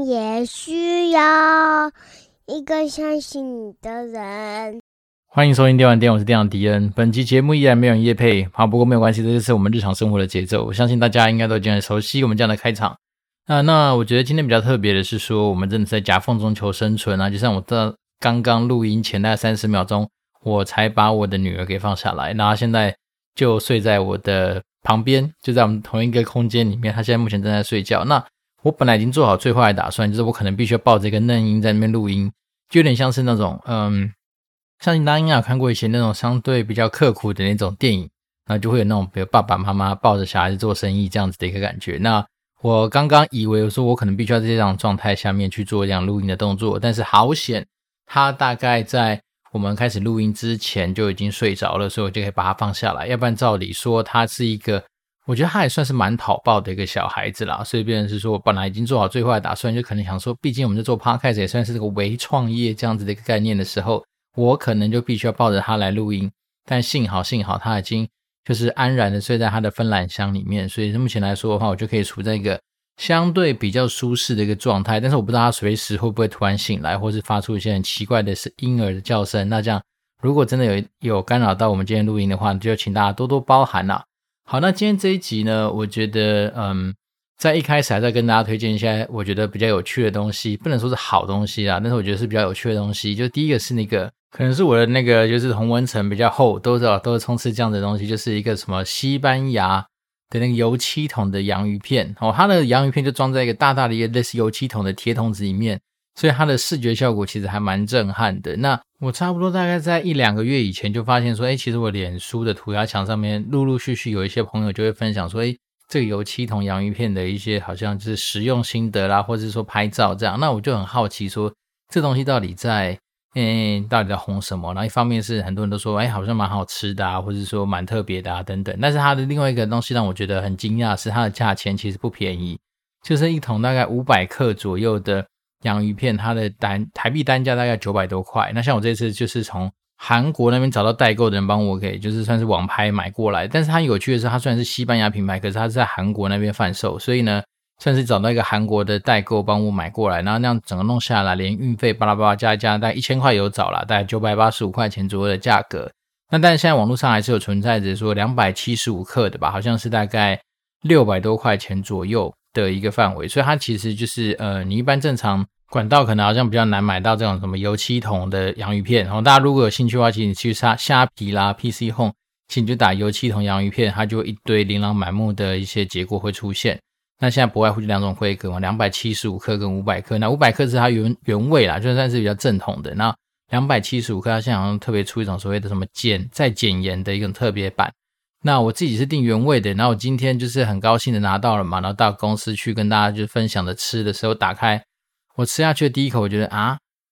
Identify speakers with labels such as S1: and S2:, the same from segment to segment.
S1: 也需要一个相信你的人。
S2: 欢迎收听电玩店，我是店长迪恩。本期节目依然没有业配，不过没有关系，这就是我们日常生活的节奏。我相信大家应该都已经很熟悉我们这样的开场。那我觉得今天比较特别的是说，我们真的在夹缝中求生存啊！就像我在刚刚录音前大概30秒钟，我才把我的女儿给放下来，然后现在就睡在我的旁边，就在我们同一个空间里面。她现在目前正在睡觉。那我本来已经做好最坏的打算，就是我可能必须要抱着一个嫩婴在那边录音，就有点像是那种相信大家应该有看过以前那种相对比较刻苦的那种电影，然后就会有那种比如爸爸妈妈抱着小孩子做生意这样子的一个感觉。那我刚刚以为说我可能必须要在这样状态下面去做这样录音的动作，但是好险他大概在我们开始录音之前就已经睡着了，所以我就可以把他放下来。要不然照理说他是一个，我觉得他也算是蛮讨抱的一个小孩子啦，所以变成是说我本来已经做好最坏的打算，就可能想说毕竟我们在做 podcast 也算是这个微创业这样子的一个概念的时候，我可能就必须要抱着他来录音。但幸好他已经就是安然的睡在他的芬兰箱里面，所以目前来说的话，我就可以处在一个相对比较舒适的一个状态。但是我不知道他随时会不会突然醒来，或是发出一些很奇怪的婴儿的叫声。那这样如果真的有干扰到我们今天录音的话，就请大家多多包涵啦。好，那今天这一集呢，我觉得在一开始还在跟大家推荐一些我觉得比较有趣的东西，不能说是好东西啦，但是我觉得是比较有趣的东西。就第一个是那个可能是我的那个就是同温层比较厚，都是充斥这样的东西，就是一个什么西班牙的那个油漆桶的洋芋片它的洋芋片就装在一个大大的一个类似油漆桶的铁桶子里面，所以它的视觉效果其实还蛮震撼的。那我差不多大概在1-2个月以前就发现说其实我脸书的涂鸦墙上面陆陆续续有一些朋友就会分享说这个油漆桶洋芋片的一些好像就是实用心得啦，或者是说拍照这样。那我就很好奇说这东西到底在红什么？然后一方面是很多人都说好像蛮好吃的啊，或者说蛮特别的啊等等。但是它的另外一个东西让我觉得很惊讶是它的价钱其实不便宜，就是一桶大概500克左右的洋芋片，它的台币单价大概900多块。那像我这次就是从韩国那边找到代购的人帮我给就是算是网拍买过来，但是它有趣的是它虽然是西班牙品牌，可是它是在韩国那边贩售，所以呢算是找到一个韩国的代购帮我买过来，然后那样整个弄下来连运费巴拉巴拉加一加大概1000块有找啦，大概985块钱左右的价格。那但是现在网络上还是有存在着说275克的吧，好像是大概600多块钱左右的一个范围，所以它其实就是你一般正常管道可能好像比较难买到这种什么油漆桶的洋芋片。大家如果有兴趣的话，其实你去虾皮啦 PC Home， 其实你就打油漆桶洋芋片，它就一堆琳琅满目的一些结果会出现。那现在不外乎就两种规格嘛，275克跟500克。那500克是它原味啦，就算是比较正统的。那275克它现在好像特别出一种所谓的什么再减盐的一种特别版。那我自己是订原味的，然后我今天就是很高兴的拿到了嘛，然后到公司去跟大家就分享的吃的时候打开，我吃下去的第一口我觉得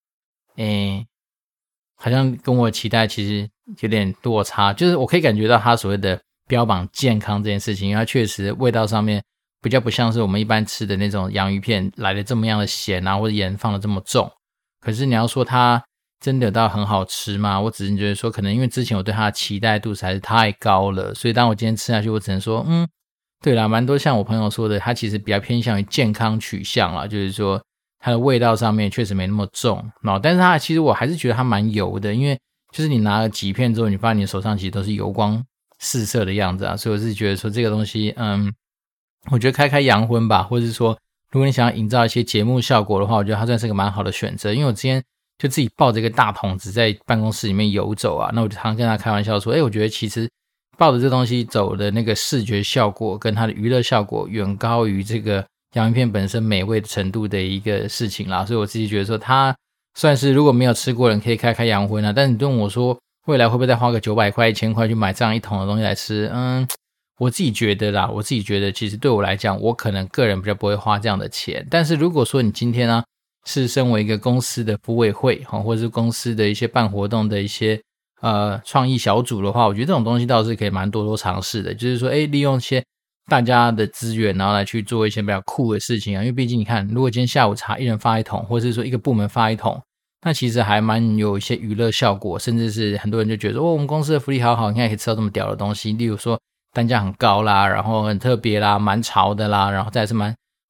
S2: 好像跟我期待其实有点落差，就是我可以感觉到它所谓的标榜健康这件事情，因为它确实味道上面比较不像是我们一般吃的那种洋芋片来的这么样的咸啊，或者盐放的这么重。可是你要说它真的有到很好吃吗？我只是觉得说可能因为之前我对它的期待度实在是太高了，所以当我今天吃下去我只能说对啦，蛮多像我朋友说的，它其实比较偏向于健康取向啦，就是说它的味道上面确实没那么重，但是它其实我还是觉得它蛮油的，因为就是你拿了几片之后，你发现你手上其实都是油光四射的样子啊，所以我是觉得说这个东西我觉得开洋荤吧，或者是说如果你想要营造一些节目效果的话，我觉得它算是个蛮好的选择。因为我之前就自己抱着一个大桶子在办公室里面游走啊，那我就常跟他开玩笑说我觉得其实抱着这东西走的那个视觉效果跟它的娱乐效果远高于这个洋芋片本身美味的程度的一个事情啦，所以我自己觉得说它算是如果没有吃过的人可以开洋荤啊，但是你问我说未来会不会再花个900块1000块去买这样一桶的东西来吃，我自己觉得其实对我来讲我可能个人比较不会花这样的钱。但是如果说你今天是身为一个公司的福委会或者是公司的一些办活动的一些创意小组的话，我觉得这种东西倒是可以蛮多尝试的，就是说利用一些大家的资源然后来去做一些比较酷的事情啊。因为毕竟你看如果今天下午茶一人发一桶，或者是说一个部门发一桶，那其实还蛮有一些娱乐效果，甚至是很多人就觉得我们公司的福利好好，你看可以吃到这么屌的东西，例如说单价很高啦，然后很特别啦，蛮潮的啦，然后再来是蛮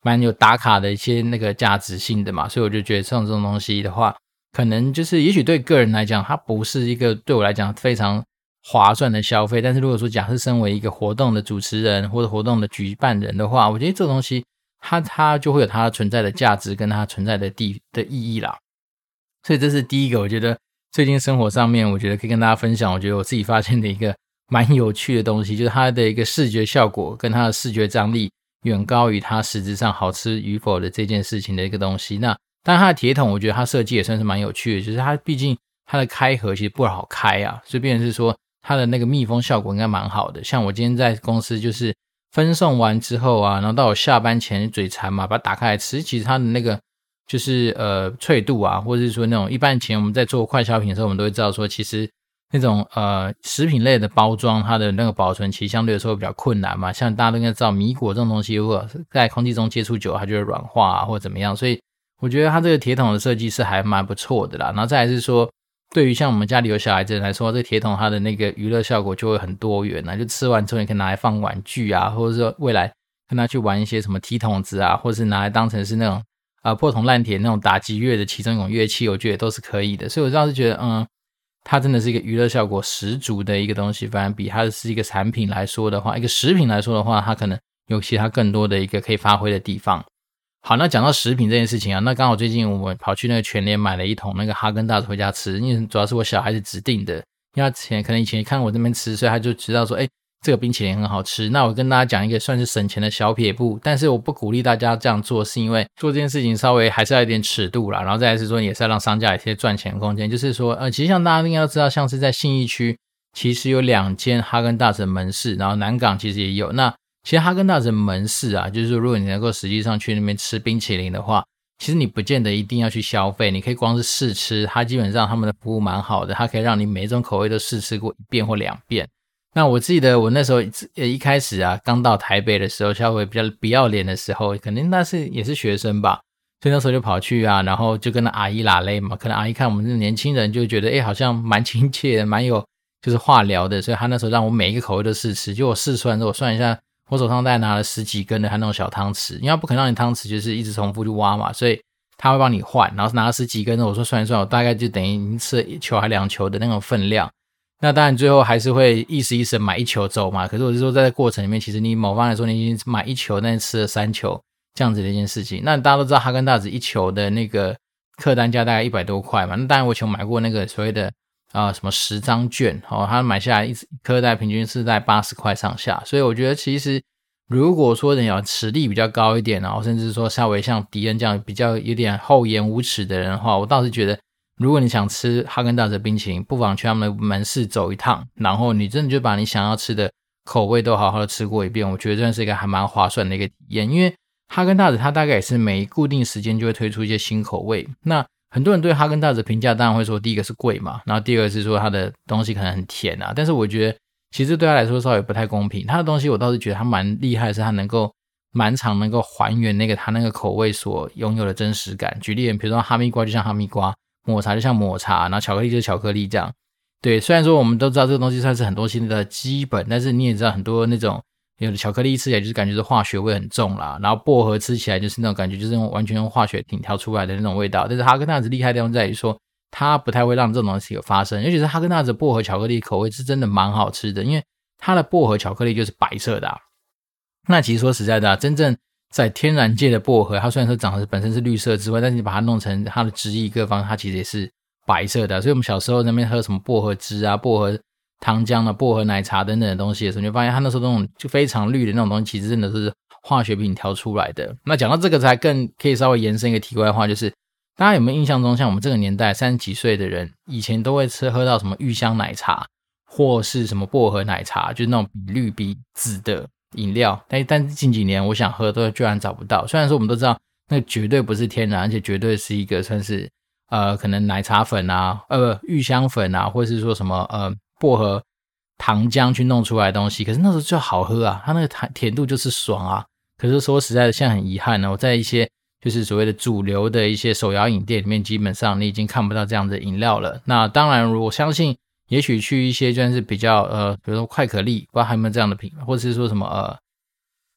S2: 蛮有打卡的一些那个价值性的嘛，所以我就觉得像这种东西的话，可能就是也许对个人来讲，它不是一个对我来讲非常划算的消费，但是如果说假设身为一个活动的主持人或者活动的举办人的话，我觉得这种东西它就会有它存在的价值跟它存在的意义啦。所以这是第一个，我觉得最近生活上面我觉得可以跟大家分享，我觉得我自己发现的一个蛮有趣的东西，就是它的一个视觉效果跟它的视觉张力远高于它实质上好吃与否的这件事情的一个东西。那当然它的铁桶我觉得它设计也算是蛮有趣的，就是它毕竟它的开合其实不好开啊，所以变成是说它的那个密封效果应该蛮好的。像我今天在公司就是分送完之后啊，然后到我下班前嘴馋嘛，把它打开来吃，其实它的那个就是脆度啊，或者是说那种一般前我们在做快消品的时候，我们都会知道说其实那种食品类的包装，它的那个保存其实相对的时候比较困难嘛。像大家都应该知道米果这种东西，如果在空气中接触久，它就会软化啊，或者怎么样。所以我觉得它这个铁桶的设计是还蛮不错的啦。然后再来是说，对于像我们家里有小孩子人来说，这个铁桶它的那个娱乐效果就会很多元啊，就吃完之后你可以拿来放玩具啊，或者说未来跟他去玩一些什么踢桶子啊，或是拿来当成是那种破铜烂铁那种打击乐的其中一种乐器，我觉得都是可以的。所以我倒是觉得它真的是一个娱乐效果十足的一个东西，反而比它是一个产品来说的话，一个食品来说的话，它可能有其他更多的一个可以发挥的地方。好，那讲到食品这件事情啊，那刚好最近我们跑去那个全联买了一桶那个哈根达斯回家吃，因为主要是我小孩子指定的，因为他可能以前看我这边吃，所以他就知道说这个冰淇淋很好吃。那我跟大家讲一个算是省钱的小撇步，但是我不鼓励大家这样做，是因为做这件事情稍微还是要有点尺度啦，然后再来是说也是要让商家有一些赚钱的空间。就是说其实像大家应该都知道，像是在信义区其实有2间哈根达斯的门市，然后南港其实也有。那其实哈根达斯的门市啊，就是说如果你能够实际上去那边吃冰淇淋的话，其实你不见得一定要去消费，你可以光是试吃，它基本上他们的服务蛮好的，它可以让你每一种口味都试吃过1遍或2遍。那我记得我那时候一开始啊，刚到台北的时候，稍微比较不要脸的时候，可能那是也是学生吧，所以那时候就跑去啊，然后就跟那阿姨拉勒嘛，可能阿姨看我们这年轻人就觉得好像蛮亲切的，蛮有就是话聊的，所以他那时候让我每一个口味都试吃，就我试出来之后，我算一下，我手上大概拿了10几根的他那种小汤匙，因为他不可能让你汤匙就是一直重复去挖嘛，所以他会帮你换，然后拿了10几根的，我说算一算，我大概就等于已经吃了1球还2球的那种分量。那当然最后还是会意思意思买1球走嘛，可是我是说在这过程里面，其实你某方来说你已经买1球，但是吃了3球这样子的一件事情。那大家都知道哈根达斯1球的那个客单价大概100多块嘛，那当然我以前买过那个所谓的什么10张券，他买下来一颗大概平均是在80块上下，所以我觉得其实如果说你要实力比较高一点，然后甚至说稍微像迪恩这样比较有点厚颜无耻的人的话，我倒是觉得如果你想吃哈根达斯的冰淇淋，不妨去他们的门市走一趟，然后你真的就把你想要吃的口味都好好的吃过一遍，我觉得真的是一个还蛮划算的一个体验。因为哈根达斯它大概也是每固定时间就会推出一些新口味，那很多人对哈根达斯的评价当然会说第一个是贵嘛，然后第二个是说它的东西可能很甜啊，但是我觉得其实对他来说稍微不太公平，他的东西我倒是觉得他蛮厉害的是他能够蛮常能够还原那个他那个口味所拥有的真实感。举例比如说哈密瓜就像哈密瓜，抹茶就像抹茶，然后巧克力就是巧克力这样。对，虽然说我们都知道这个东西算是很多新的基本，但是你也知道很多那种有的巧克力吃起来就是感觉是化学味很重啦，然后薄荷吃起来就是那种感觉就是完全用化学品调出来的那种味道。但是哈根达斯厉害的地方在于说它不太会让这种东西有发生，尤其是哈根达斯薄荷巧克力口味是真的蛮好吃的，因为它的薄荷巧克力就是白色的那其实说实在的真正在天然界的薄荷，它虽然说长得本身是绿色之外，但是你把它弄成它的汁液各方，它其实也是白色的。所以我们小时候在那边喝什么薄荷汁啊、薄荷糖浆啊、薄荷奶茶等等的东西的时候，你就发现它那时候那种就非常绿的那种东西，其实真的是化学品调出来的。那讲到这个才更可以稍微延伸一个题外话，就是大家有没有印象中，像我们这个年代30几岁的人，以前都会喝到什么芋香奶茶或是什么薄荷奶茶，就是那种比绿比紫的饮料，但是近几年我想喝都居然找不到。虽然说我们都知道那绝对不是天然，而且绝对是一个算是可能奶茶粉啊芋香粉啊，或是说什么薄荷糖浆去弄出来的东西，可是那时候就好喝啊，它那个甜度就是爽啊。可是说实在的，现在很遗憾呢，我在一些就是所谓的主流的一些手摇饮店里面，基本上你已经看不到这样的饮料了。那当然我相信也许去一些就是比较比如说快可丽，不知道还有没有这样的品，或者是说什么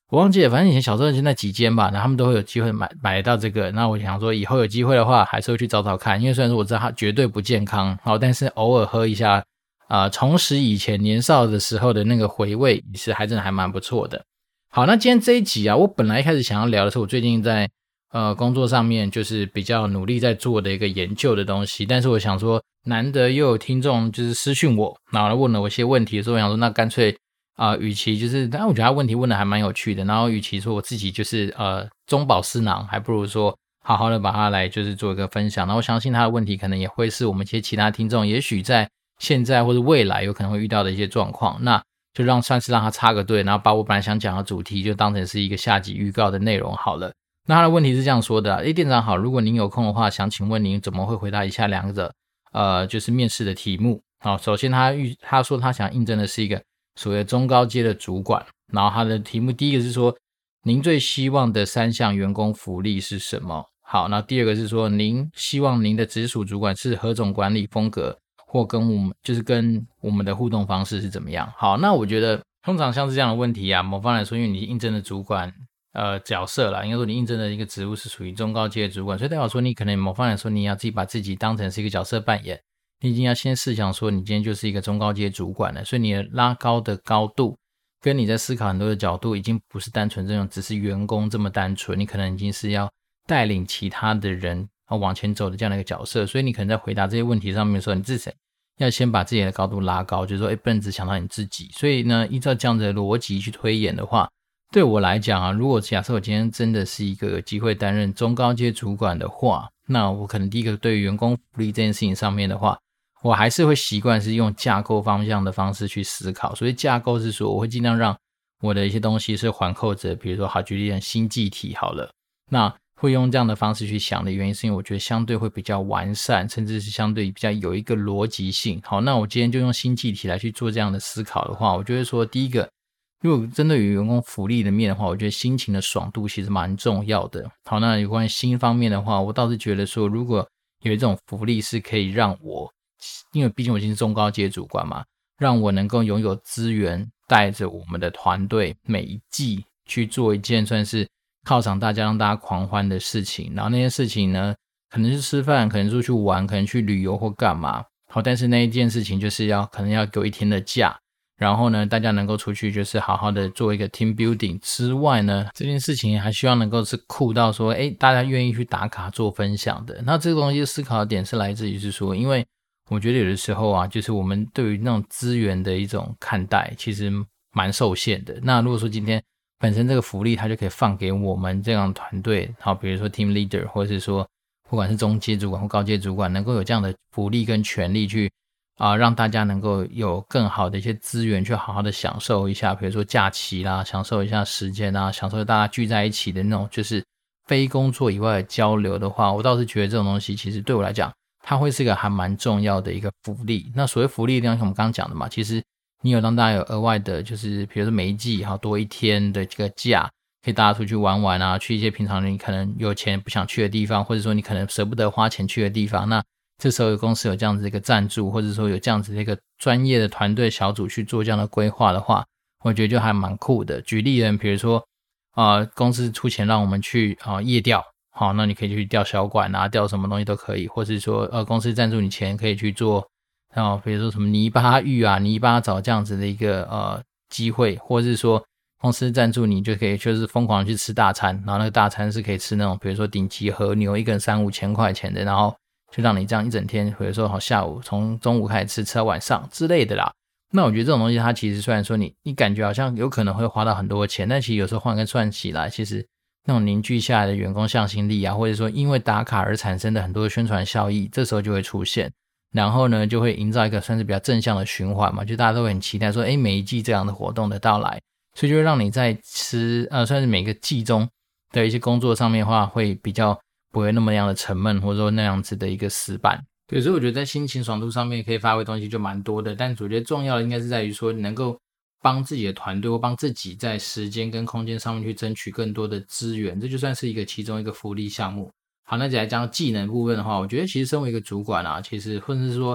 S2: 我忘记了，反正以前小时候就那几间吧，然后他们都会有机会买到这个。那我想说以后有机会的话还是会去找找看，因为虽然说我知道它绝对不健康，但是偶尔喝一下重拾以前年少的时候的那个回味，是还真的还蛮不错的。好，那今天这一集啊，我本来一开始想要聊的是我最近在工作上面就是比较努力在做的一个研究的东西，但是我想说难得又有听众就是私讯我，然后问了我一些问题的时候，我想说那干脆与其就是但我觉得他问题问的还蛮有趣的，然后与其说我自己就是中饱私囊，还不如说好好的把它来就是做一个分享，然后我相信他的问题可能也会是我们一些其他听众也许在现在或者未来有可能会遇到的一些状况，那就算是让他插个队，然后把我本来想讲的主题就当成是一个下集预告的内容好了。那他的问题是这样说的店长好，如果您有空的话，想请问您怎么会回答以下两个就是面试的题目。好，首先他说他想应征的是一个所谓中高阶的主管，然后他的题目第一个是说您最希望的3项员工福利是什么。好，那第二个是说您希望您的直属主管是何种管理风格，或跟我们的互动方式是怎么样。好，那我觉得通常像是这样的问题啊，某方来说因为你应征的主管角色啦，应该说你应征的一个职务是属于中高阶的主管，所以代表说你可能某方来说你要自己把自己当成是一个角色扮演，你已经要先试想说你今天就是一个中高阶主管了，所以你的拉高的高度跟你在思考很多的角度已经不是单纯这种只是员工这么单纯，你可能已经是要带领其他的人往前走的这样的一个角色，所以你可能在回答这些问题上面的时候，你至少要先把自己的高度拉高，就是说不能只想到你自己。所以呢，依照这样的逻辑去推演的话，对我来讲啊，如果假设我今天真的是一个有机会担任中高阶主管的话，那我可能第一个对于员工福利这件事情上面的话，我还是会习惯是用架构方向的方式去思考。所以架构是说我会尽量让我的一些东西是环扣着，比如说好举例的星际体好了，那会用这样的方式去想的原因是因为我觉得相对会比较完善，甚至是相对比较有一个逻辑性。好，那我今天就用星际体来去做这样的思考的话，我就会说第一个，如果针对于员工福利的面的话，我觉得心情的爽度其实蛮重要的。好，那有关于心方面的话，我倒是觉得说如果有一种福利是可以让我，因为毕竟我已经是中高阶主管嘛，让我能够拥有资源带着我们的团队每一季去做一件算是犒赏大家让大家狂欢的事情，然后那件事情呢可能是吃饭，可能出去玩，可能去旅游或干嘛。好，但是那一件事情就是可能要给我1天的假，然后呢大家能够出去就是好好的做一个 team building 之外呢，这件事情还希望能够是酷到说大家愿意去打卡做分享的。那这个东西思考的点是来自于是说，因为我觉得有的时候啊，就是我们对于那种资源的一种看待其实蛮受限的。那如果说今天本身这个福利它就可以放给我们这样的团队，好，比如说 team leader 或者是说不管是中阶主管或高阶主管能够有这样的福利跟权利去让大家能够有更好的一些资源去好好的享受一下，比如说假期啦，享受一下时间啊，享受大家聚在一起的那种就是非工作以外的交流的话，我倒是觉得这种东西其实对我来讲它会是一个还蛮重要的一个福利。那所谓福利像我们刚刚讲的嘛，其实你有让大家有额外的就是比如说每一季多1天的这个假，可以大家出去玩玩啊，去一些平常你可能有钱不想去的地方，或者说你可能舍不得花钱去的地方，那这时候有公司有这样子的一个赞助，或者说有这样子的一个专业的团队小组去做这样的规划的话，我觉得就还蛮酷的。举例人比如说公司出钱让我们去夜钓，好，那你可以去钓小管啊，钓什么东西都可以，或是说公司赞助你钱可以去做比如说什么泥巴浴啊、泥巴澡这样子的一个机会，或是说公司赞助你就可以就是疯狂去吃大餐，然后那个大餐是可以吃那种比如说顶级和牛一个人3-5千块钱的，然后就让你这样一整天，比如说下午从中午开始吃到晚上之类的啦。那我觉得这种东西它其实虽然说你感觉好像有可能会花到很多钱，但其实有时候换个算起来，其实那种凝聚下来的员工向心力啊，或者说因为打卡而产生的很多的宣传效益，这时候就会出现，然后呢就会营造一个算是比较正向的循环嘛，就大家都会很期待说每一季这样的活动的到来，所以就会让你在算是每个季中的一些工作上面的话会比较不会那么样的沉闷，或者说那样子的一个死板。对，所以我觉得在心情爽度上面可以发挥东西就蛮多的，但我觉得重要的应该是在于说能够帮自己的团队或帮自己在时间跟空间上面去争取更多的资源，这就算是其中一个福利项目。好，那再来讲技能部分的话，我觉得其实身为一个主管啊，其实或者是说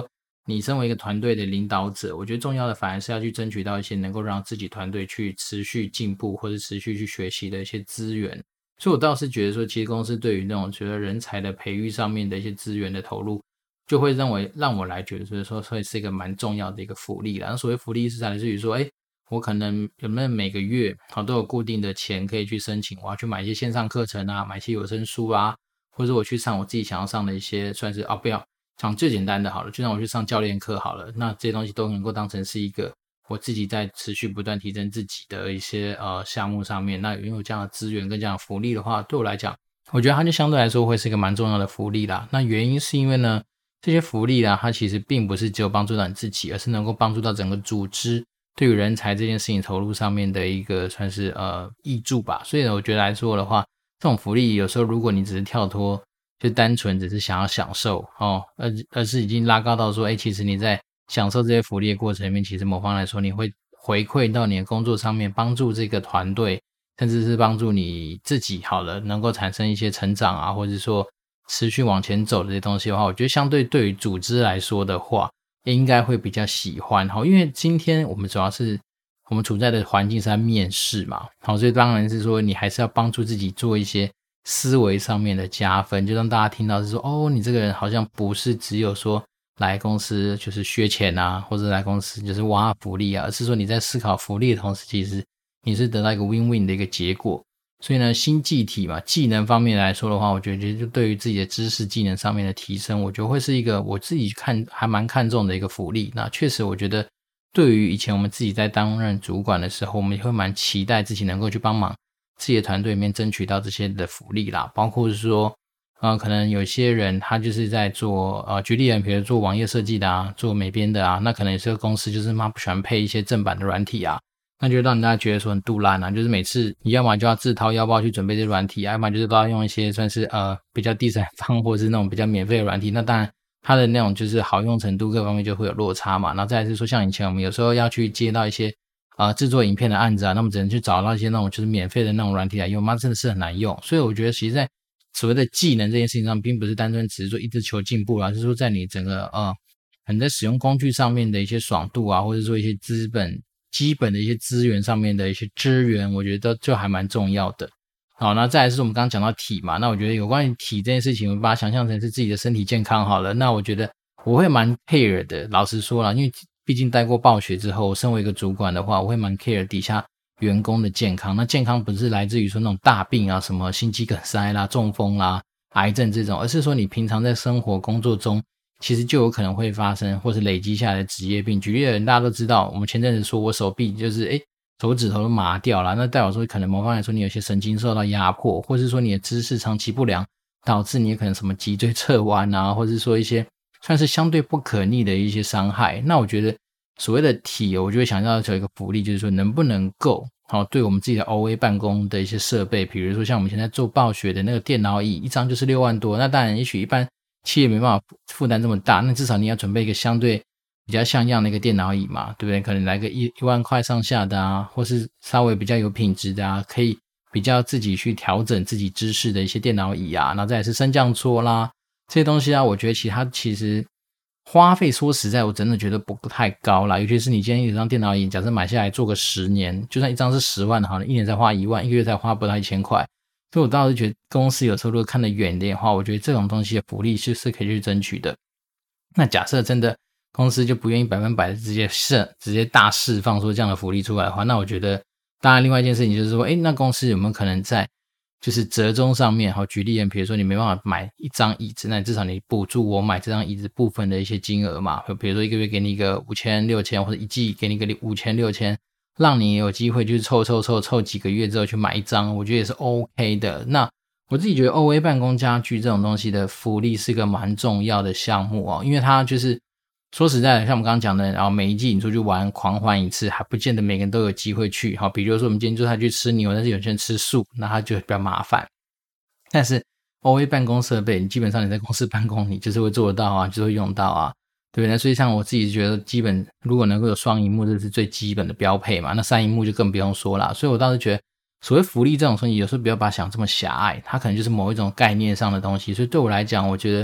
S2: 你身为一个团队的领导者，我觉得重要的反而是要去争取到一些能够让自己团队去持续进步或者持续去学习的一些资源。所以我倒是觉得说，其实公司对于那种觉得人才的培育上面的一些资源的投入，就会认为让我来觉得说会是一个蛮重要的一个福利啦。那所谓福利是来自于说，我可能有没有每个月都有固定的钱可以去申请，我要去买一些线上课程啊，买一些有声书啊，或者我去上我自己想要上的一些算是不要讲最简单的好了，就让我去上教练课好了，那这些东西都能够当成是一个我自己在持续不断提升自己的一些项目上面，那拥有这样的资源跟这样的福利的话，对我来讲，我觉得它就相对来说会是一个蛮重要的福利啦。那原因是因为呢，这些福利啦，它其实并不是只有帮助到你自己，而是能够帮助到整个组织对于人才这件事情投入上面的一个算是益助吧。所以呢，我觉得来说的话，这种福利有时候如果你只是跳脱，就单纯只是想要享受而是已经拉高到说，其实你在享受这些福利的过程里面，其实某方来说你会回馈到你的工作上面，帮助这个团队，甚至是帮助你自己好了，能够产生一些成长啊，或者说持续往前走的这些东西的话，我觉得相对对于组织来说的话，应该会比较喜欢。因为今天我们主要是我们处在的环境是在面试嘛，所以当然是说你还是要帮助自己做一些思维上面的加分，就让大家听到是说，你这个人好像不是只有说来公司就是削钱啊，或者来公司就是挖福利啊，而是说你在思考福利的同时，其实你是得到一个 win-win 的一个结果。所以呢，新技体嘛，技能方面来说的话，我觉得就对于自己的知识技能上面的提升，我觉得会是一个我自己还蛮看重的一个福利。那确实我觉得对于以前我们自己在担任主管的时候，我们也会蛮期待自己能够去帮忙自己的团队里面争取到这些的福利啦，包括是说可能有些人他就是在做举例比如做网页设计的啊，做美编的啊，那可能有些公司就是不喜欢配一些正版的软体啊，那就让大家觉得说很杜烂啊，就是每次你要么就要自掏腰包去准备这些软体，要么就是都要用一些算是比较第三方或者是那种比较免费的软体，那当然它的那种就是好用程度各方面就会有落差嘛。然后再来是说像以前我们有时候要去接到一些制作影片的案子啊，那么只能去找到一些那种就是免费的那种软体来用，真的是很难用。所以我觉得其实在所谓的技能这件事情上，并不是单纯只是说一直求进步啦，就是说在你整个可能在使用工具上面的一些爽度啊，或者说一些基本的一些资源上面的一些支援，我觉得就还蛮重要的。好，那再来是我们刚刚讲到体嘛，那我觉得有关于体这件事情，我们把它想象成是自己的身体健康好了。那我觉得我会蛮 care 的，老实说啦，因为毕竟待过暴雪之后，身为一个主管的话，我会蛮 care 底下员工的健康。那健康不是来自于说那种大病啊，什么心肌梗塞啦、中风啦、癌症这种，而是说你平常在生活工作中其实就有可能会发生或是累积下来的职业病。举例而言，大家都知道，我们前阵子说我手臂就是手指头都麻掉了，那代表说可能某方面来说你有些神经受到压迫，或是说你的姿势长期不良，导致你可能什么脊椎侧弯啊，或是说一些算是相对不可逆的一些伤害。那我觉得所谓的体，我就会想要求一个福利，就是说能不能够对我们自己的 OA 办公的一些设备，比如说像我们现在做暴雪的那个电脑椅，一张就是6万多，那当然也许一般企业没办法负担这么大，那至少你要准备一个相对比较像样的一个电脑椅嘛，对不对？可能来个1万块上下的啊，或是稍微比较有品质的啊，可以比较自己去调整自己姿势的一些电脑椅啊，然后再来是升降桌啦，这些东西啊，我觉得其实花费说实在我真的觉得不太高啦，尤其是你今天一张电脑椅假设买下来做个10年，就算一张是10万好了，一年才花1万，一个月才花不到1000块，所以我倒是觉得公司有时候如果看得远一点的话，我觉得这种东西的福利是可以去争取的。那假设真的公司就不愿意100%的直接大释放说这样的福利出来的话，那我觉得当然另外一件事情就是说那公司有没有可能在就是折中上面举例比如说你没办法买一张椅子，那至少你补助我买这张椅子部分的一些金额嘛，比如说一个月给你一个5000、6000，或者一季给你个5000、6000，让你有机会就是凑几个月之后去买一张，我觉得也是 OK 的。那我自己觉得 OA 办公家具这种东西的福利是个蛮重要的项目因为它就是说实在的，像我们刚刚讲的，然后每一季你出去玩狂欢一次，还不见得每个人都有机会去。比如说我们今天就他去吃牛，但是有些人吃素，那他就比较麻烦。但是 OA 办公设备，你基本上你在公司办公，你就是会做得到啊，就是会用到啊，对不对？所以像我自己觉得，基本如果能够有双萤幕，这是最基本的标配嘛。那3萤幕就更不用说啦。所以我倒是觉得，所谓福利这种东西，有时候不要把它想这么狭隘，它可能就是某一种概念上的东西。所以对我来讲，我觉得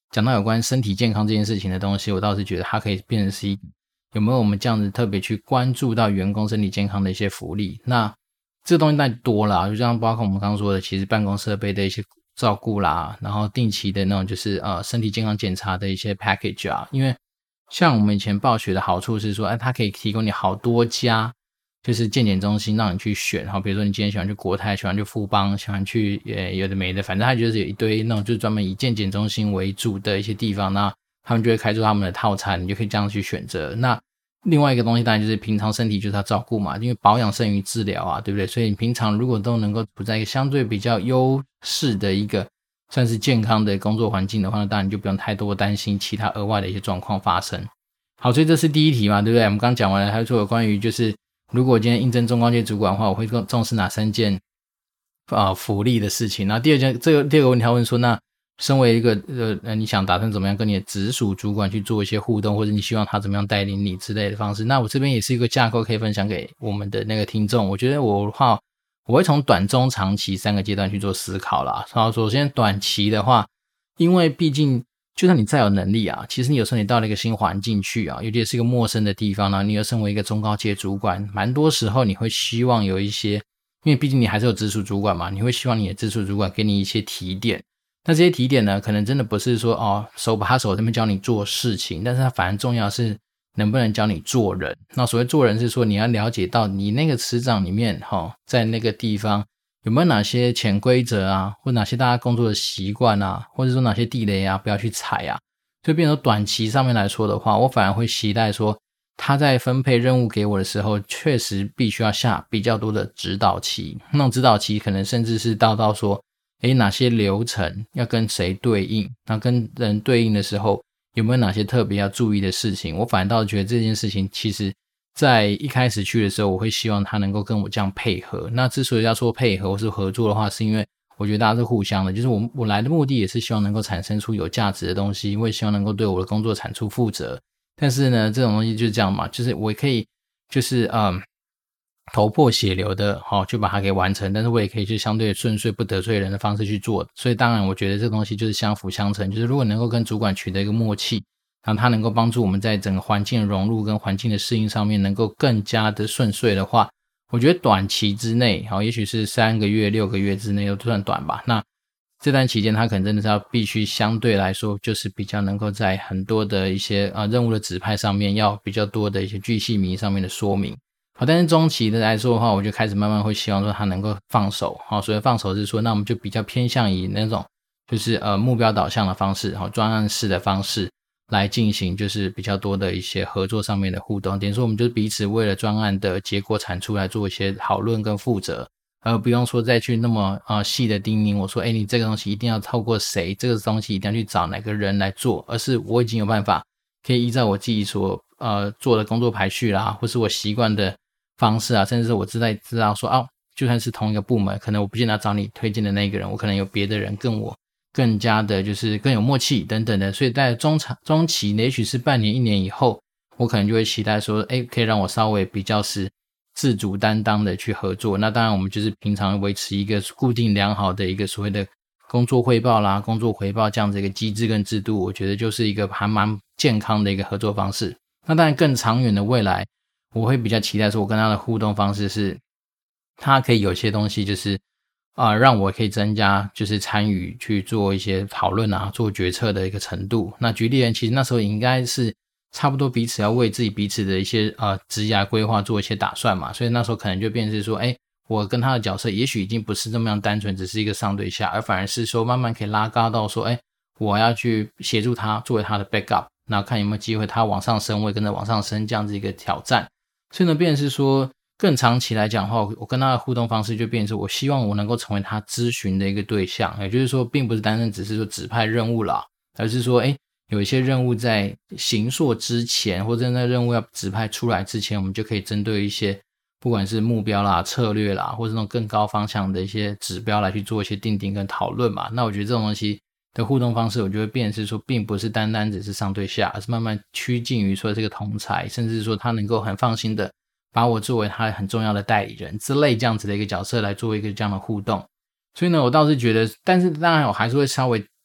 S2: 讲到有关身体健康这件事情的东西，我倒是觉得它可以变成是一个有没有我们这样子特别去关注到员工身体健康的一些福利。那这个东西太多了，就像包括我们刚刚说的，其实办公设备的一些照顾啦，然后定期的那种就是身体健康检查的一些 package 啊，因为像我们以前暴雪的好处是说，它可以提供你好多家就是健检中心让你去选，比如说你今天喜欢去国泰，喜欢去富邦，喜欢去有的没的，反正它就是有一堆那种就是专门以健检中心为主的一些地方，那他们就会开出他们的套餐，你就可以这样去选择。那另外一个东西当然就是平常身体就是要照顾嘛，因为保养胜于治疗啊，对不对？所以你平常如果都能够处在一个相对比较优势的一个算是健康的工作环境的话，那当然你就不用太多担心其他额外的一些状况发生。好，所以这是第一题嘛，对不对？我们刚讲完了，还有说有关于就是如果今天应征中高阶主管的话，我会更重视哪3件福利的事情。然后第二个问题他问说，那身为一个你想打算怎么样跟你的直属主管去做一些互动，或者你希望他怎么样带领你之类的方式，那我这边也是一个架构可以分享给我们的那个听众。我觉得我的话，我会从短中长期3个阶段去做思考啦。然后首先短期的话，因为毕竟就算你再有能力啊，其实你有时候你到了一个新环境去啊，尤其是一个陌生的地方呢，你又身为一个中高阶主管，蛮多时候你会希望有一些，因为毕竟你还是有直属主管嘛，你会希望你的直属主管给你一些提点。那这些提点呢，可能真的不是说手把手这边教你做事情，但是它反而重要是能不能教你做人。那所谓做人是说你要了解到你那个职场里面在那个地方有没有哪些潜规则啊，或哪些大家工作的习惯啊，或者说哪些地雷啊不要去踩啊。所以变成短期上面来说的话，我反而会期待说他在分配任务给我的时候，确实必须要下比较多的指导期。那种指导期可能甚至是到说哪些流程要跟谁对应，那跟人对应的时候有没有哪些特别要注意的事情。我反倒觉得这件事情其实在一开始去的时候，我会希望他能够跟我这样配合。那之所以要说配合或是合作的话，是因为我觉得大家是互相的，就是我来的目的也是希望能够产生出有价值的东西，我也希望能够对我的工作产出负责。但是呢，这种东西就是这样嘛，就是我可以就是头破血流的去把它给完成，但是我也可以去相对顺遂不得罪人的方式去做。所以当然我觉得这个东西就是相辅相成，就是如果能够跟主管取得一个默契，然后他能够帮助我们在整个环境的融入跟环境的适应上面能够更加的顺遂的话，我觉得短期之内也许是3个月6个月之内都算短吧，那这段期间他可能真的是要必须相对来说就是比较能够在很多的一些任务的指派上面要比较多的一些巨细靡上面的说明。好，但是中期的来说的话，我就开始慢慢会希望说他能够放手。好，所以放手是说，那我们就比较偏向以那种就是目标导向的方式，专案式的方式来进行，就是比较多的一些合作上面的互动。等于说我们就彼此为了专案的结果产出来做一些讨论跟负责，而不用说再去那么细的叮咛我说，你这个东西一定要透过谁，这个东西一定要去找哪个人来做，而是我已经有办法可以依照我自己所做的工作排序啦，或是我习惯的方式啊，甚至是我知道说就算是同一个部门，可能我不见得找你推荐的那个人，我可能有别的人跟我更加的就是更有默契等等的。所以在中期也许是半年1年以后，我可能就会期待说可以让我稍微比较是自主担当的去合作。那当然我们就是平常维持一个固定良好的一个所谓的工作汇报啦、工作回报这样子一个机制跟制度，我觉得就是一个还蛮健康的一个合作方式。那当然更长远的未来，我会比较期待说我跟他的互动方式是他可以有些东西就是让我可以增加就是参与去做一些讨论啊，做决策的一个程度。那举例人其实那时候应该是差不多彼此要为自己彼此的一些职涯规划做一些打算嘛，所以那时候可能就变成是说我跟他的角色也许已经不是这么样单纯只是一个上对下，而反而是说慢慢可以拉高到说我要去协助他作为他的 backup， 那看有没有机会他往上升，我也跟着往上升这样子一个挑战。所以呢变成是说更长期来讲的话，我跟他的互动方式就变成是我希望我能够成为他咨询的一个对象，也就是说并不是单纯只是说指派任务啦，而是说有一些任务在行硕之前，或者那任务要指派出来之前，我们就可以针对一些不管是目标啦、策略啦，或者那种更高方向的一些指标来去做一些定定跟讨论嘛。那我觉得这种东西的互动方式，我就会变成是说并不是单单只是上对下，而是慢慢趋近于说这个同侪，甚至说他能够很放心的把我作为他很重要的代理人之类这样子的一个角色来做一个这样的互动。所以呢我倒是觉得，但是当然我还是会稍微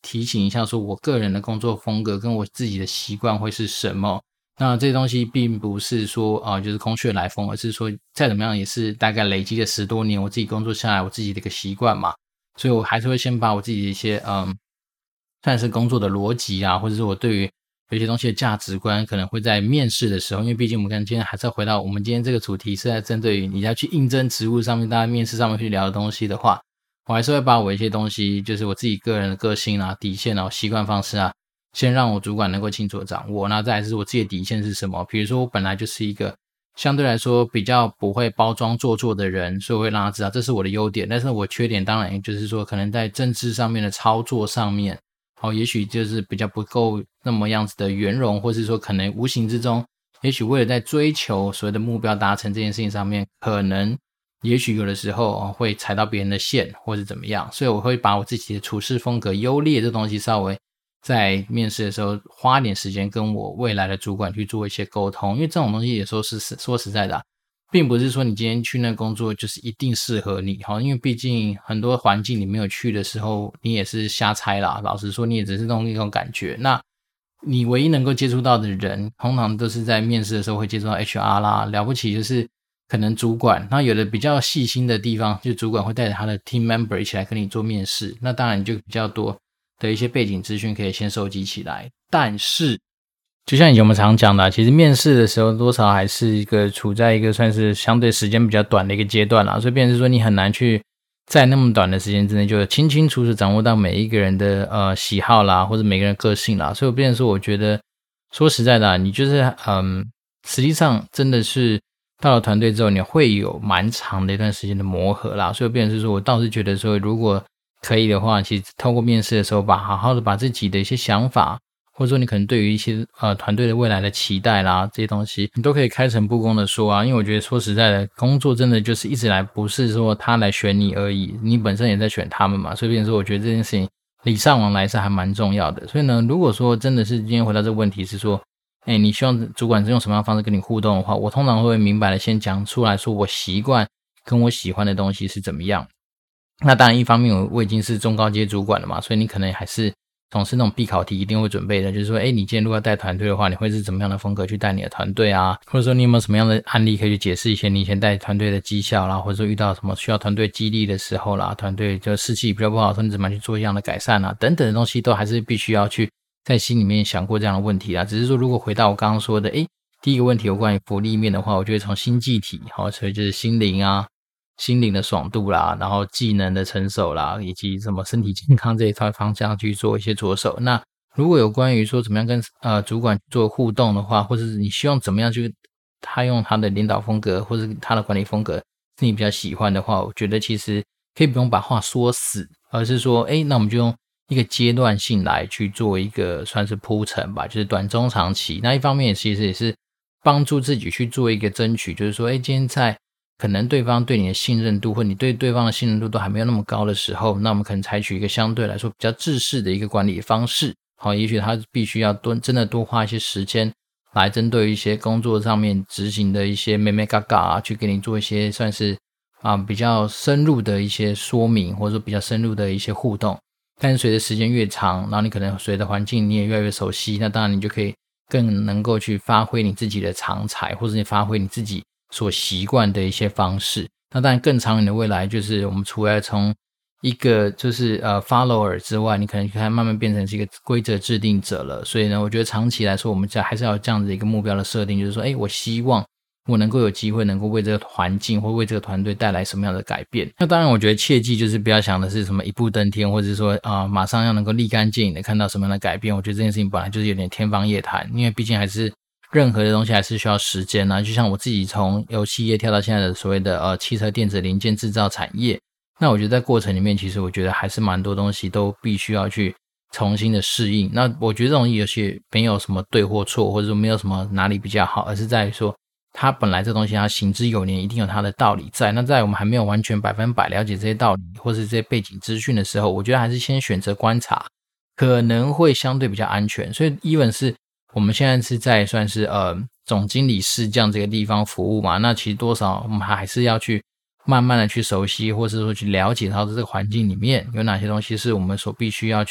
S2: 提醒一下说我个人的工作风格跟我自己的习惯会是什么。那这些东西并不是说就是空穴来风，而是说再怎么样也是大概累积了10多年我自己工作下来我自己的一个习惯嘛，所以我还是会先把我自己的一些算是工作的逻辑啊，或者是我对于有些东西的价值观，可能会在面试的时候，因为毕竟我们看今天还是要回到我们今天这个主题是在针对于你要去应征职务上面，大家面试上面去聊的东西的话，我还是会把我一些东西，就是我自己个人的个性啊、底线啊、习惯方式啊，先让我主管能够清楚的掌握，那再来是我自己的底线是什么。比如说我本来就是一个相对来说比较不会包装做作的人，所以我会让他知道这是我的优点，但是我缺点当然就是说可能在政治上面的操作上面，也许就是比较不够那么样子的圆融，或是说可能无形之中，也许为了在追求所谓的目标达成这件事情上面，可能也许有的时候会踩到别人的线或是怎么样，所以我会把我自己的处事风格优劣这东西稍微在面试的时候花一点时间跟我未来的主管去做一些沟通，因为这种东西也说实在的并不是说你今天去那工作就是一定适合你，因为毕竟很多环境你没有去的时候，你也是瞎猜啦，老实说你也只是弄一种感觉。那你唯一能够接触到的人，通常都是在面试的时候会接触到 HR 啦，了不起就是可能主管，那有的比较细心的地方，就主管会带着他的 team member 一起来跟你做面试，那当然你就比较多的一些背景资讯可以先收集起来。但是就像以前我们常讲的其实面试的时候多少还是一个处在一个算是相对时间比较短的一个阶段啦，所以变成是说你很难去在那么短的时间之内就清清楚楚掌握到每一个人的喜好啦，或者每个人的个性啦，所以变成说我觉得说实在的你就是实际上真的是到了团队之后你会有蛮长的一段时间的磨合啦，所以变成是说我倒是觉得说如果可以的话，其实透过面试的时候好好的把自己的一些想法，或者说你可能对于一些团队的未来的期待啦，这些东西你都可以开诚布公的说啊，因为我觉得说实在的工作真的就是一直来不是说他来选你而已，你本身也在选他们嘛，所以变成说我觉得这件事情礼尚往来是还蛮重要的。所以呢，如果说真的是今天回到这个问题是说你希望主管是用什么样的方式跟你互动的话，我通常会明白的先讲出来说我习惯跟我喜欢的东西是怎么样。那当然一方面我已经是中高阶主管了嘛，所以你可能还是总是那种必考题一定会准备的，就是说你今天如果要带团队的话，你会是怎么样的风格去带你的团队啊，或者说你有没有什么样的案例可以去解释一些你以前带团队的绩效啦，或者说遇到什么需要团队激励的时候啦，团队就士气比较不好的时候你怎么去做一样的改善啊，等等的东西都还是必须要去在心里面想过这样的问题啦。只是说如果回到我刚刚说的第一个问题有关于福利面的话，我就会从心技体所以就是心灵啊，心灵的爽度啦，然后技能的成熟啦，以及什么身体健康这一套方向去做一些着手。那如果有关于说怎么样跟主管做互动的话，或者是你希望怎么样去他用他的领导风格或者他的管理风格是你比较喜欢的话，我觉得其实可以不用把话说死，而是说那我们就用一个阶段性来去做一个算是铺陈吧，就是短中长期。那一方面其实也是帮助自己去做一个争取，就是说今天在可能对方对你的信任度或你对对方的信任度都还没有那么高的时候，那我们可能采取一个相对来说比较制式的一个管理方式。也许他必须要真的多花一些时间来针对一些工作上面执行的一些眉眉角角啊，去给你做一些算是比较深入的一些说明，或者说比较深入的一些互动。但是随着时间越长，然后你可能随着环境你也越来越熟悉，那当然你就可以更能够去发挥你自己的长才，或者你发挥你自己所习惯的一些方式。那当然更长远的未来就是我们除了从一个就是follower 之外，你可能慢慢变成是一个规则制定者了。所以呢，我觉得长期来说我们还是要有这样子一个目标的设定，就是说我希望我能够有机会能够为这个环境或为这个团队带来什么样的改变。那当然我觉得切记就是不要想的是什么一步登天，或者是说马上要能够立竿见影的看到什么样的改变。我觉得这件事情本来就是有点天方夜谭，因为毕竟还是任何的东西还是需要时间啊。就像我自己从游戏业跳到现在的所谓的汽车电子零件制造产业，那我觉得在过程里面其实我觉得还是蛮多东西都必须要去重新的适应。那我觉得这种游戏没有什么对或错，或者说没有什么哪里比较好，而是在于说它本来这东西它行之有年，一定有它的道理在。那在我们还没有完全100%了解这些道理或是这些背景资讯的时候，我觉得还是先选择观察可能会相对比较安全。所以 even 是我们现在是在算是总经理室这样这个地方服务嘛，那其实多少我们还是要去慢慢的去熟悉，或是说去了解到这个环境里面有哪些东西是我们所必须要去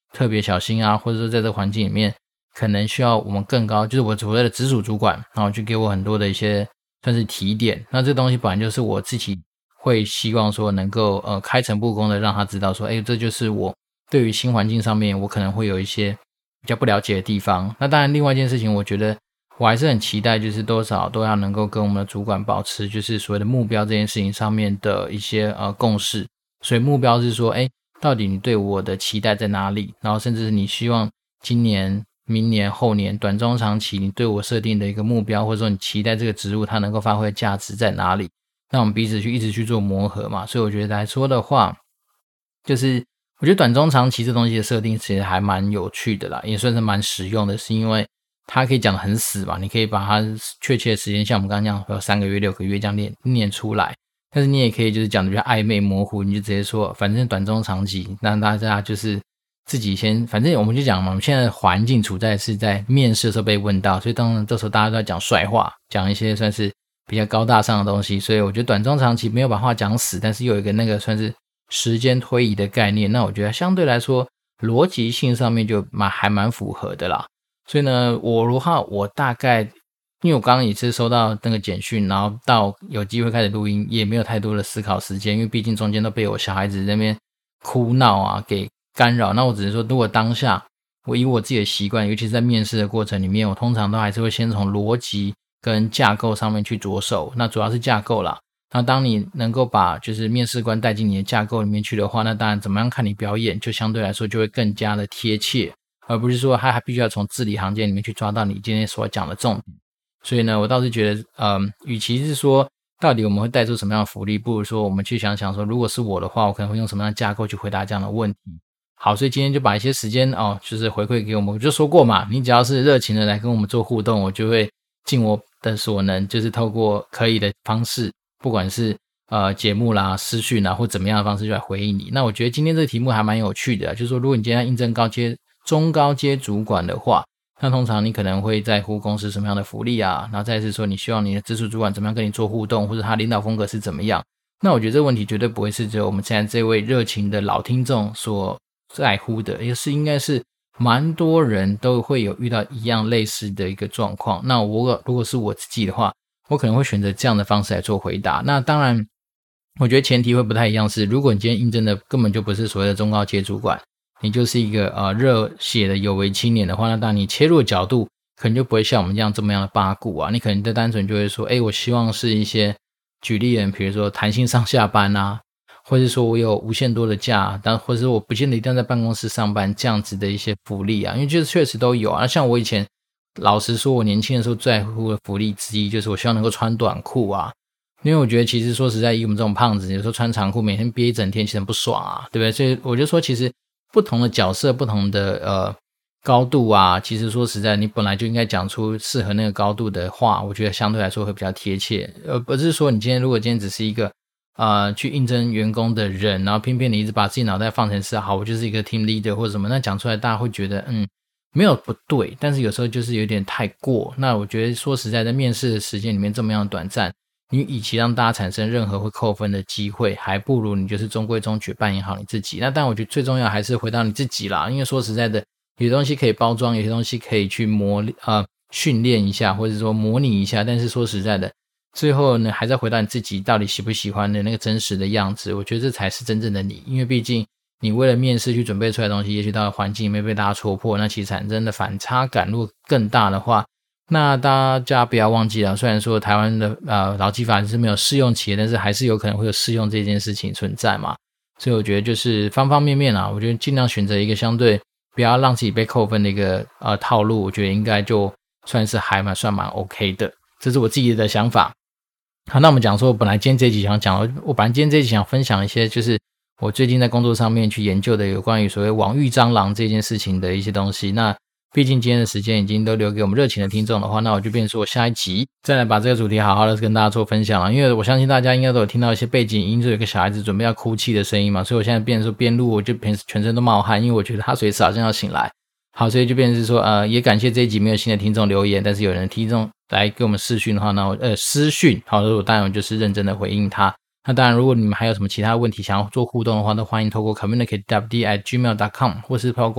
S2: 特别小心啊，或者说在这个环境里面可能需要我们更高，就是我所谓的直属主管，然后去给我很多的一些算是提点。那这东西本来就是我自己会希望说能够开诚布公的让他知道说，这就是我对于新环境上面我可能会有一些比较不了解的地方。那当然另外一件事情，我觉得我还是很期待，就是多少都要能够跟我们的主管保持就是所谓的目标这件事情上面的一些共识。所以目标是说到底你对我的期待在哪里，然后甚至是你希望今年明年后年短中长期你对我设定的一个目标，或者说你期待这个职务它能够发挥价值在哪里，那我们彼此一直去做磨合嘛。所以我觉得来说的话，就是我觉得短中长期这东西的设定其实还蛮有趣的啦，也算是蛮实用的，是因为它可以讲得很死嘛，你可以把它确切的时间像我们刚刚讲有3个月6个月这样念出来，但是你也可以就是讲得比较暧昧模糊，你就直接说反正短中长期，让大家就是自己先，反正我们就讲嘛，我们现在的环境处在是在面试的时候被问到，所以当然这时候大家都在讲帅话，讲一些算是比较高大上的东西，所以我觉得短中长期没有把话讲死，但是又有一个那个算是时间推移的概念，那我觉得相对来说逻辑性上面就还蛮符合的啦。所以呢，我大概因为我刚刚也是收到那个简讯，然后到有机会开始录音也没有太多的思考时间，因为毕竟中间都被我小孩子在那边哭闹啊给干扰。那我只是说如果当下我以我自己的习惯，尤其是在面试的过程里面，我通常都还是会先从逻辑跟架构上面去着手，那主要是架构啦。那当你能够把就是面试官带进你的架构里面去的话，那当然怎么样看你表演就相对来说就会更加的贴切，而不是说他还必须要从字里行间里面去抓到你今天所讲的重点。所以呢，我倒是觉得与其是说到底我们会带出什么样的福利，不如说我们去想想说，如果是我的话，我可能会用什么样的架构去回答这样的问题。好，所以今天就把一些时间就是回馈给我们。我就说过嘛，你只要是热情的来跟我们做互动，我就会尽我的所能，就是透过可以的方式，不管是节目啦、私讯啦或怎么样的方式就来回应你。那我觉得今天这个题目还蛮有趣的，就是说如果你今天要应征中高阶主管的话，那通常你可能会在乎公司什么样的福利啊，然后再是说你希望你的直属主管怎么样跟你做互动，或者他领导风格是怎么样。那我觉得这个问题绝对不会是只有我们现在这位热情的老听众所在乎的，也是应该是蛮多人都会有遇到一样类似的一个状况。那如果是我自己的话，我可能会选择这样的方式来做回答。那当然我觉得前提会不太一样，是如果你今天应征的根本就不是所谓的中高阶主管，你就是一个热血的有为青年的话，那当然你切入的角度可能就不会像我们这么样的八股啊，你可能就单纯就会说我希望是一些举例人，比如说弹性上下班啊，或者说我有无限多的假，或者说我不见得一定要在办公室上班，这样子的一些福利啊，因为就是确实都有啊。像我以前老实说，我年轻的时候最在乎的福利之一就是我希望能够穿短裤啊，因为我觉得其实说实在，以我们这种胖子，有时候穿长裤每天憋一整天其实很不爽啊，对不对？所以我就说其实不同的角色不同的高度啊，其实说实在你本来就应该讲出适合那个高度的话，我觉得相对来说会比较贴切，而不是说你如果今天只是一个去应征员工的人，然后偏偏你一直把自己脑袋放成是好我就是一个 team leader 或者什么，那讲出来大家会觉得没有不对，但是有时候就是有点太过。那我觉得说实在在面试的时间里面这么样短暂，你与其让大家产生任何会扣分的机会，还不如你就是中规中矩扮演好你自己。那当然我觉得最重要还是回到你自己啦，因为说实在的有些东西可以包装，有些东西可以去训练一下，或者说模拟一下，但是说实在的最后呢还是要回到你自己到底喜不喜欢的那个真实的样子，我觉得这才是真正的你。因为毕竟你为了面试去准备出来的东西，也许到环境里面被大家戳破，那其实产生的反差感如果更大的话，那大家不要忘记了，虽然说台湾的劳基法是没有试用期的，但是还是有可能会有试用这件事情存在嘛。所以我觉得就是方方面面啦，我觉得尽量选择一个相对不要让自己被扣分的一个套路，我觉得应该就算是算蛮 OK 的，这是我自己的想法。好，那我们讲说本来今天这一集想讲，我本来今天这一集想分享一些就是我最近在工作上面去研究的有关于所谓网域蟑螂这件事情的一些东西。那毕竟今天的时间已经都留给我们热情的听众的话，那我就变成说下一集再来把这个主题好好的跟大家做分享了。因为我相信大家应该都有听到一些背景音，就有一个小孩子准备要哭泣的声音嘛，所以我现在变成说边录我就全身都冒汗，因为我觉得他随时好像要醒来。好，所以就变成是说也感谢这一集没有新的听众留言，但是有人听众来给我们视讯的话，那私讯好，我当然就是认真的回应他。那当然如果你们还有什么其他问题想要做互动的话，都欢迎透过 communicate.d@gmail.com 或是透过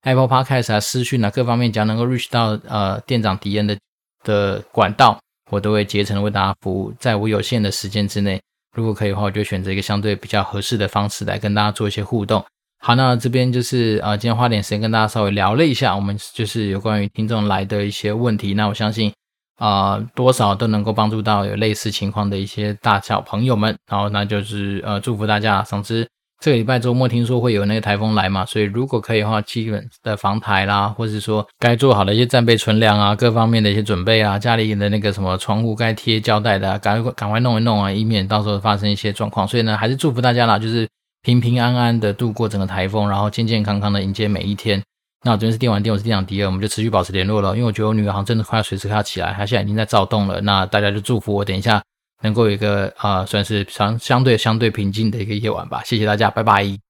S2: Apple Podcast 啊、私讯啊各方面，只要能够 reach 到店长迪恩的管道，我都会竭诚的为大家服务。在我有限的时间之内，如果可以的话，我就会选择一个相对比较合适的方式来跟大家做一些互动。好，那这边就是今天花点时间跟大家稍微聊了一下，我们就是有关于听众来的一些问题。那我相信多少都能够帮助到有类似情况的一些大小朋友们。然后那就是祝福大家。总之这个礼拜周末听说会有那个台风来嘛，所以如果可以的话，基本的防台啦，或是说该做好的一些战备存粮啊，各方面的一些准备啊，家里的那个什么窗户该贴胶带的啊，赶快弄一弄啊，以免到时候发生一些状况。所以呢，还是祝福大家啦，就是平平安安的度过整个台风，然后健健康康的迎接每一天。那我这边是电玩店，我是店长迪尔，我们就持续保持联络了。因为我觉得我女儿好像真的快要随时快要起来，她现在已经在躁动了。那大家就祝福我，等一下能够有一个算是相对平静的一个夜晚吧。谢谢大家，拜拜。